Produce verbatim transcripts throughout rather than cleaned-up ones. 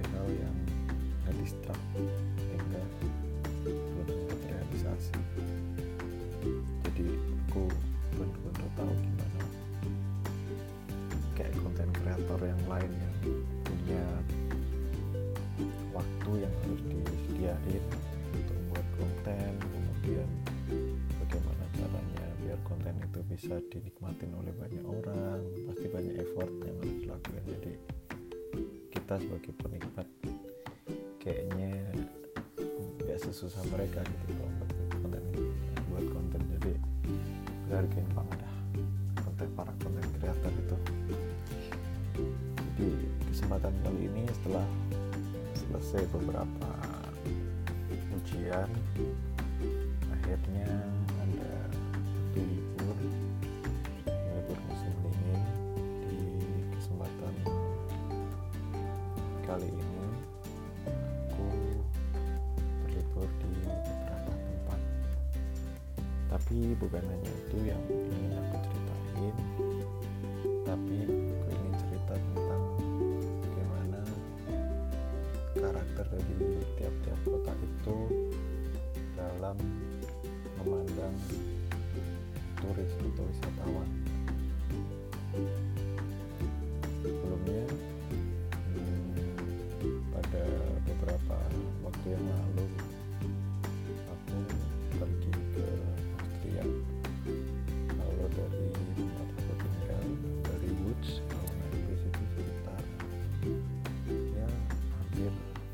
hal yang ngedistract sehingga belum sempat realisasi. Jadi aku bener-bener tahu gimana kayak konten kreator yang lain yang punya waktu yang harus disediain untuk membuat konten, kemudian bagaimana caranya biar konten itu bisa dinikmatin oleh banyak orang, pasti banyak effort yang harus dilakukan. Jadi kita sebagai penikmat kayaknya nggak sesusah mereka gitu kalau buat konten buat konten. Jadi hargain banget dah konten para konten kreator itu. Jadi kesempatan kali ini setelah selesai beberapa ujian, akhirnya ada libur libur musim dingin. Di kesempatan kali ini aku berlibur di beberapa tempat, tapi bukan hanya itu yang ingin aku ceritain, tapi aku ingin cerita tentang bagaimana karakter dari tiap-tiap kota itu dalam memandang turis atau wisatawan. Sebelumnya hmm, pada beberapa waktu yang lalu aku pergi ke Austria. Kalau dari tempat aku tinggal, dari Łódź kalau naik bus itu sekitar ya hampir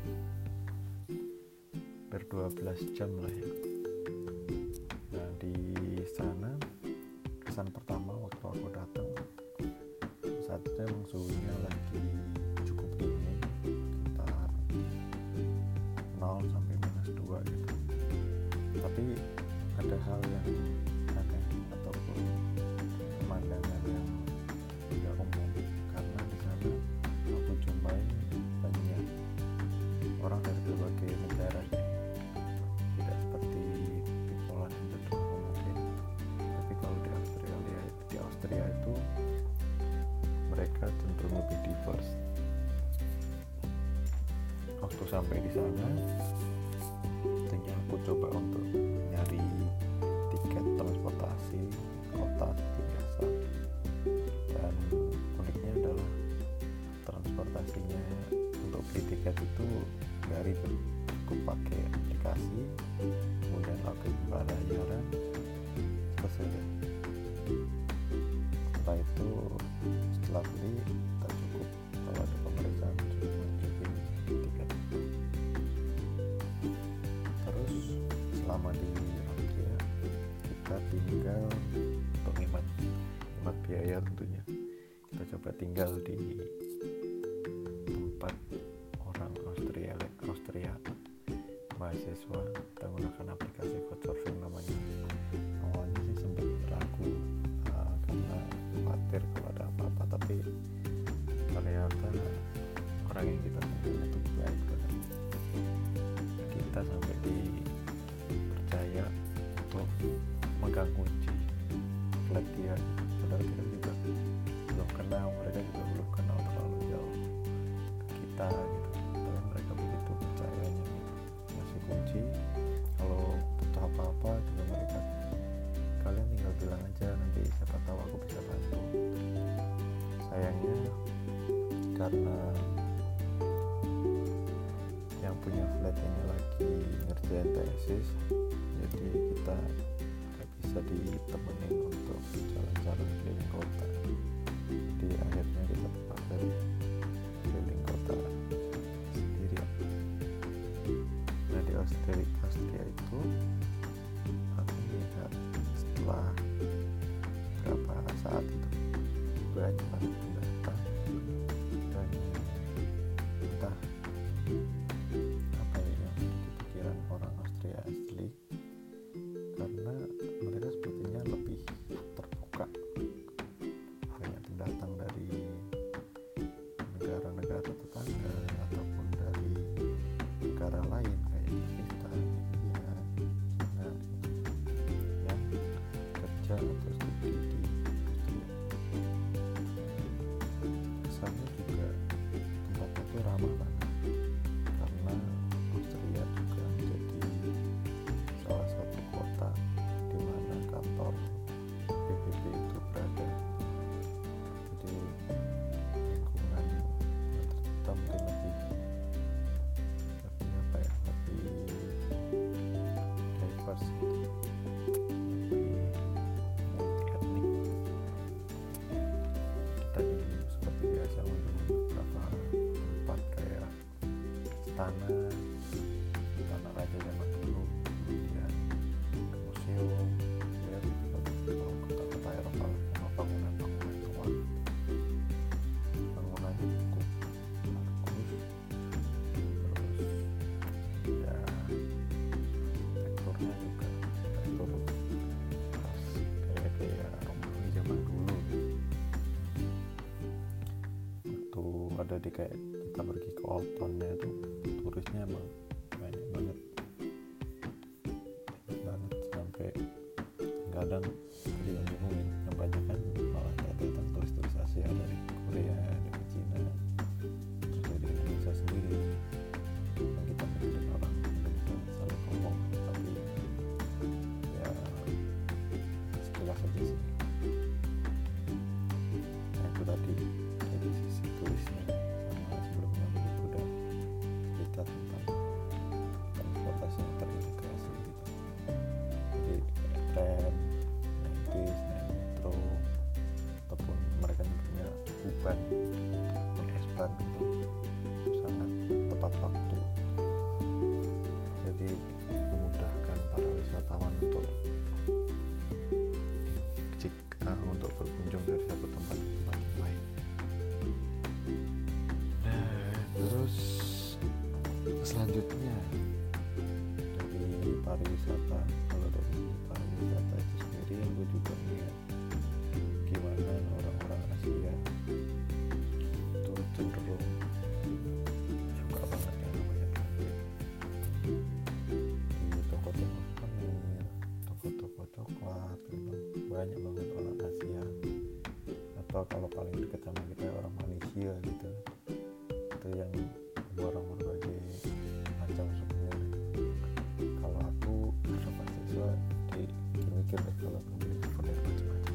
hampir dua belas jam lah ya. Nah di sana kesan pertama waktu aku datang, saat itu emang suhunya lagi cukup dingin, sekitar nol sampai minus dua gitu. Tapi ada hal yang aneh ataupun pemandangan yang tidak umum, karena di sana aku jumpai banyak orang dari berbagai negara. Tidak seperti di Poland yang cenderung mungkin, tapi kalau di Australia di Austria itu mereka cenderung lebih diverse. Waktu sampai di sana, tentunya aku coba untuk nyari tiket transportasi kota seperti biasa, dan uniknya adalah transportasinya untuk beli tiket itu nggak ribet, cukup pakai aplikasi, kemudian login pembayaran, selesai ya. Setelah itu setelah beli tak cukup kalau ada pemeriksaan sudah menunjukin tiket itu. Terus selama di Austria kita tinggal untuk hemat hemat biaya tentunya. Kita coba tinggal di tempat orang Austria Austria mahasiswa, kita menggunakan aplikasi Couchsurfing namanya. Awalnya sih sempat ragu uh, karena khawatir kalau ada apa-apa, tapi ternyata orang yang kita temui itu baik banget. Kita sampai dipercaya untuk megang kunci flat dia, padahal kita juga belum kenal, mereka juga belum kenal terlalu jauh ke kita gitu. Tapi mereka begitu percayanya gitu, ngasih kunci. Kalau butuh apa-apa juga mereka, kalian tinggal bilang aja, nanti siapa tahu aku bisa bantu. Sayangnya karena yang punya flat ini lagi ngerjain tesis, jadi kita gak bisa ditemenin untuk jalan-jalan keliling kota. Jadi akhirnya kita terpaksa keliling kota sendirian. Nah di Austria, Austria itu aku lihat setelah beberapa saat itu banyak banget pendatang, banyak entah apa ya yang di pikiran orang Austria asli, karena mereka sepertinya lebih terbuka. Banyak pendatang dari negara-negara tetangga ataupun dari negara lain kayak Pakistan, India, China yang kerja atau studi di Austria. istana istana raja zaman dulu, kemudian ke museum, lihat kalau kota-kota Eropa sama bangunan-bangunan tua, bangunannya cukup bagus, terus ya teksturnya juga tekstur khas kayak kayak Romawi zaman dulu. Waktu ada di kayak kita pergi ke Old Town-nya itu turisnya emang banyak banget banget sampai kadang jadi bingungin, yang banyak kan malah datang turis-turis Asia dari Korea, dari Cina, terus dari Indonesia sendiri, yang kita menjadi orang Indonesia saling ngomong, tapi ya sekilas aja sih. Nah itu tadi dari sisi turisnya, sama sebelumnya begitu udah cerita tentang transportasi yang terintegrasi gitu. Jadi kayak tram, naik bis, naik metro, ataupun mereka nyebutnya U-Bahn ataupun S-Bahn gitu, sangat tepat waktu. Jadi memudahkan para wisatawan untuk jika untuk berkunjung dari satu tempat ke tempat yang lain. Nah, terus selanjutnya dari pariwisata, kalau dari sisi pariwisata itu sendiri yang gue juga lihat gimana orang-orang Asia itu cenderung suka banget yang namanya belanja di toko-toko souvenir, toko-toko coklat gitu. Banyak banget orang Asia, atau kalau paling dekat sama kita orang Malaysia gitu, itu yang borong berbagai macam souvenir. Kalau aku karena mahasiswa jadi mikir deh kalau beli souvenir macam-macam.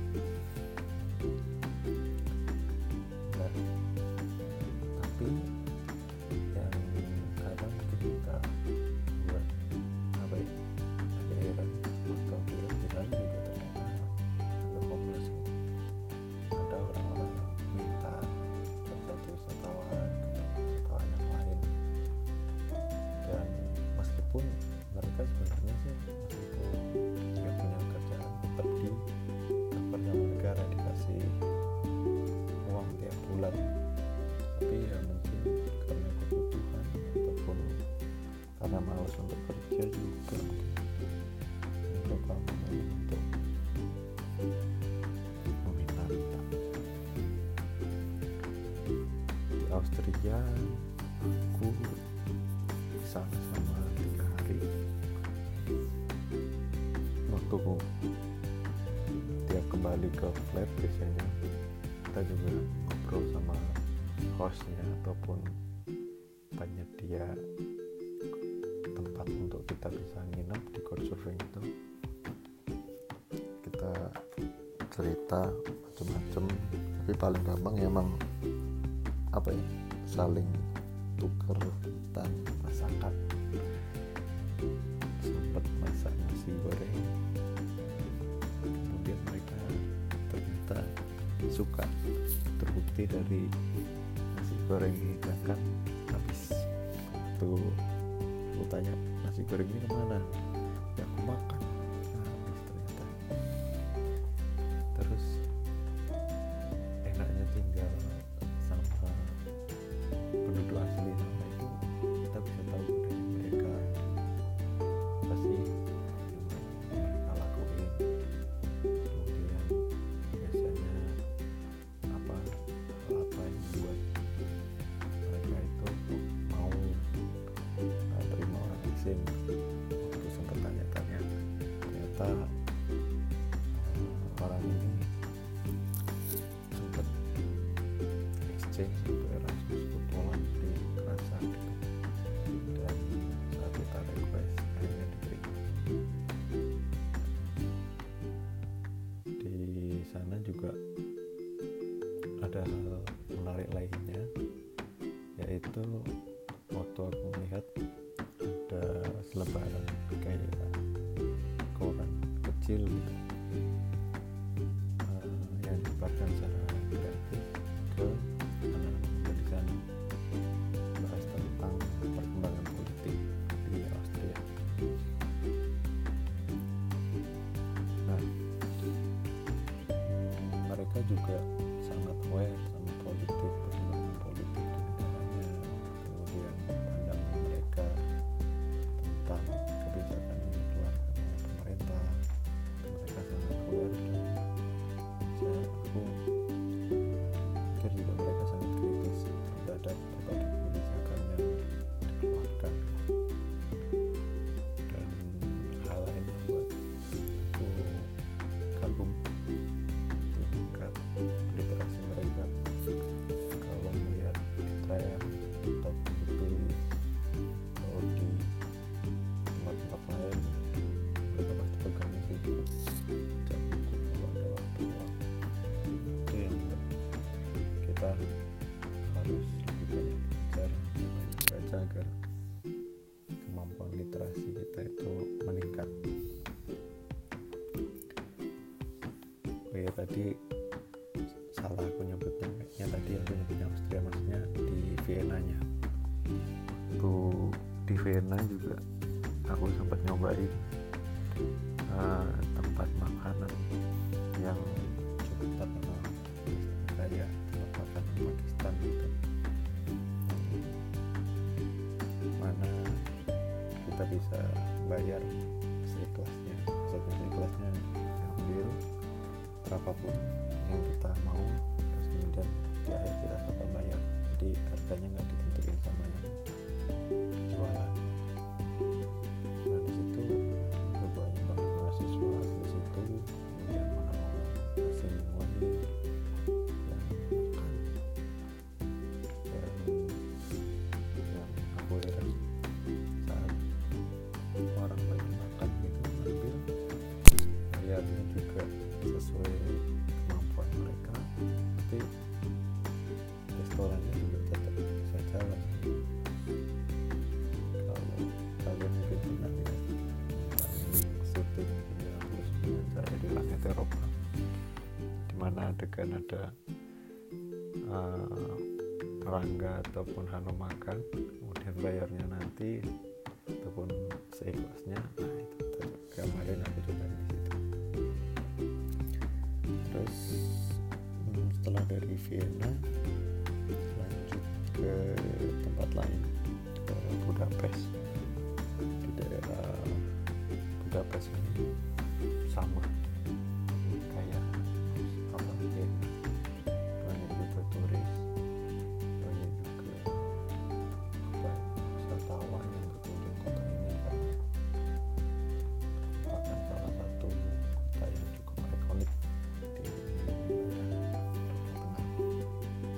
Nah, tapi yang kadang mungkin kita buat apa ya, ada heran atau lihat di sana juga ternyata ada homeless gitu. Ada orang-orang yang minta satu wisatawan ke wisatawan yang lain, dan meskipun mereka sebenarnya sih meskipun nggak punya kerjaan tetap di cover sama negara, dikasih uang tiap bulan, tapi ya mungkin karena kebutuhan ataupun karena malas untuk kerja juga mungkin mereka memilih untuk meminta-minta. Di Austria aku di sana selama tiga hari. Waktu tiap kembali ke flat biasanya kita juga ngobrol sama hostnya ataupun penyedia tempat untuk kita bisa nginap di couchsurfing itu. Kita cerita macam-macam, tapi paling gampang ya emang apa ya, saling tuker tentang masakan. Sempat masak nasi goreng, kemudian mereka ternyata suka, terbukti dari nasi goreng dihidangkan habis. Tuh aku tanya, nasi goreng ini kemana? Ya aku makan, nah, habis ternyata. Terus enaknya tinggal sama penduduk asli sana itu, kita bisa tahu dari mereka apa sih yang mereka lakuin, kemudian biasanya apa apa yang membuat mereka itu mau uh, terima orang asing. Waktu sempat tanya-tanya, ternyata uh, orang ini sempat exchange untuk Erasmus ke Poland di Krasak gitu. Dan saat kita request akhirnya diterima. Di sana juga ada hal menarik lainnya, yaitu waktu aku melihat ada selebaran kayak koran kecil gitu, uh, yang disebarkan secara gratis ke anak-anak muda di sana, bahas tentang perkembangan bisa agar kemampuan literasi kita itu meningkat. Oh ya, tadi salah aku nyebutnya, kayaknya tadi aku nyebutnya Austria, maksudnya di Vienna nya. Tuh di Vienna juga aku sempat nyobain uh, tempat makanan yang cukup terkenal kayak tempat makanan Pakistan gitu, mana kita bisa bayar seikhlasnya, maksudnya seikhlasnya ambil berapapun yang kita mau, terus kemudian di akhir kita dapat bayar, jadi harganya nggak ditentuin sama yang jualan. Nah di situ udah banyak banget mahasiswa di situ, kemudian orang-orang asing semuanya yang makan, dan yang aku heran saat orang banyak makan gitu ambil bayarnya juga sesuai kemampuan mereka, tapi restorannya juga tetap bisa jalan. Kalau kalian mungkin pernah lihat syuting sembilan puluh sembilan saya di Langit Eropa, dimana adegan ada uh, Rangga ataupun Hanum makan, kemudian bayarnya nanti ataupun seikhlasnya. Nah itu kemarin aku coba di situ. Terus hmm, setelah dari Vienna lanjut ke tempat lain, ke Budapest. Di daerah Budapest ini sama kayak apa Vienna, banyak juga turis, banyak juga apa wisatawan yang berkunjung kota ini karena merupakan salah satu kota yang cukup ikonik di wilayah Eropa Tengah.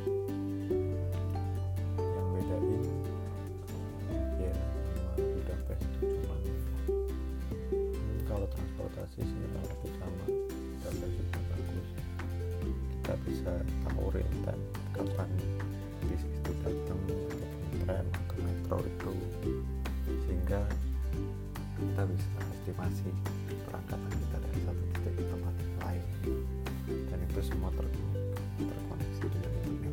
Yang bedain Vienna sama Budapest itu cuma hmm, kalau transportasi sih relatif sama, Budapest juga bagus, kita bisa tahu real time kapan bis itu datang ataupun tram atau metro itu, sehingga kita bisa estimasi perangkatan kita dari satu titik ke tempat lain, dan itu semua ter- terkoneksi dengan internet.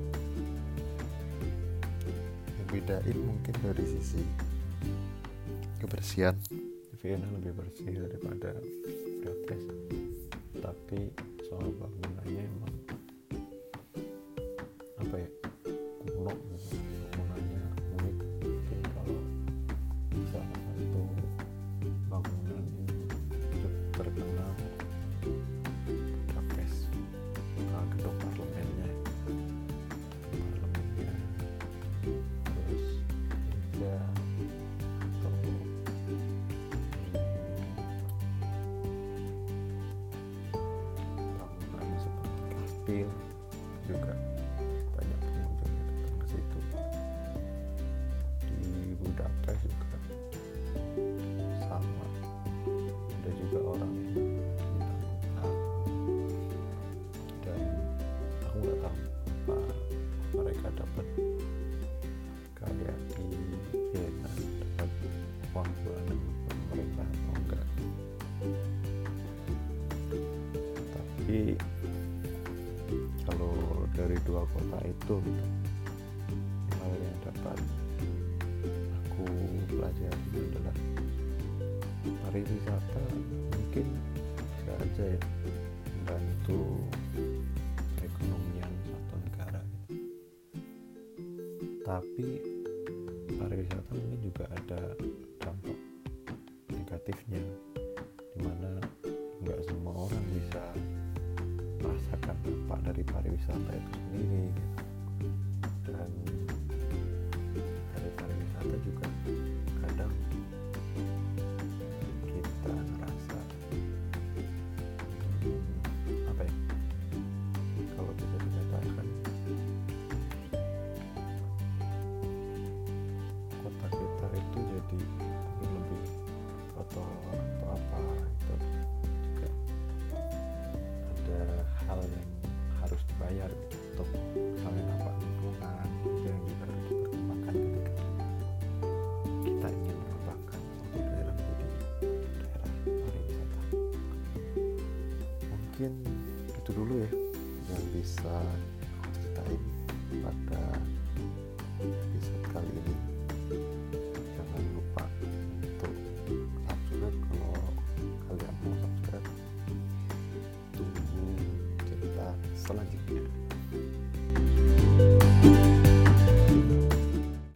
Yang bedain mungkin dari sisi kebersihan, Vienna lebih bersih daripada Budapest, tapi soal bangunannya emang apa ya, kuno gitu, bangunannya unik. Mungkin kalau salah satu bangunan yang cukup terkenal Budapest, uh, gedung parlemennya gedung parlemennya terus gereja atau hmm, bangunan seperti kastil juga banyak pengunjung yang datang ke situ. Di Budapest juga sama, ada juga orang yang minta-minta, dan aku nggak tahu apa mereka dapat kayak di Vienna dapat uang bulanan pemerintah atau enggak, tapi kalau dari dua kota itu gitu, hal yang dapat aku pelajari adalah pariwisata mungkin bisa aja ya membantu perekonomian suatu negara gitu. Tapi pariwisata mungkin juga ada dampak negatifnya, dimana nggak semua orang bisa merasakan dampak dari pariwisata itu sendiri gitu. Dan dari pariwisata juga kadang kita ngerasa hmm, apa ya, kalau bisa dikatakan kota kita itu jadi mungkin lebih kotor atau apa, itu juga ada hal yang harus dibayar gitu, untuk misalnya mungkin itu dulu ya yang bisa aku ceritain pada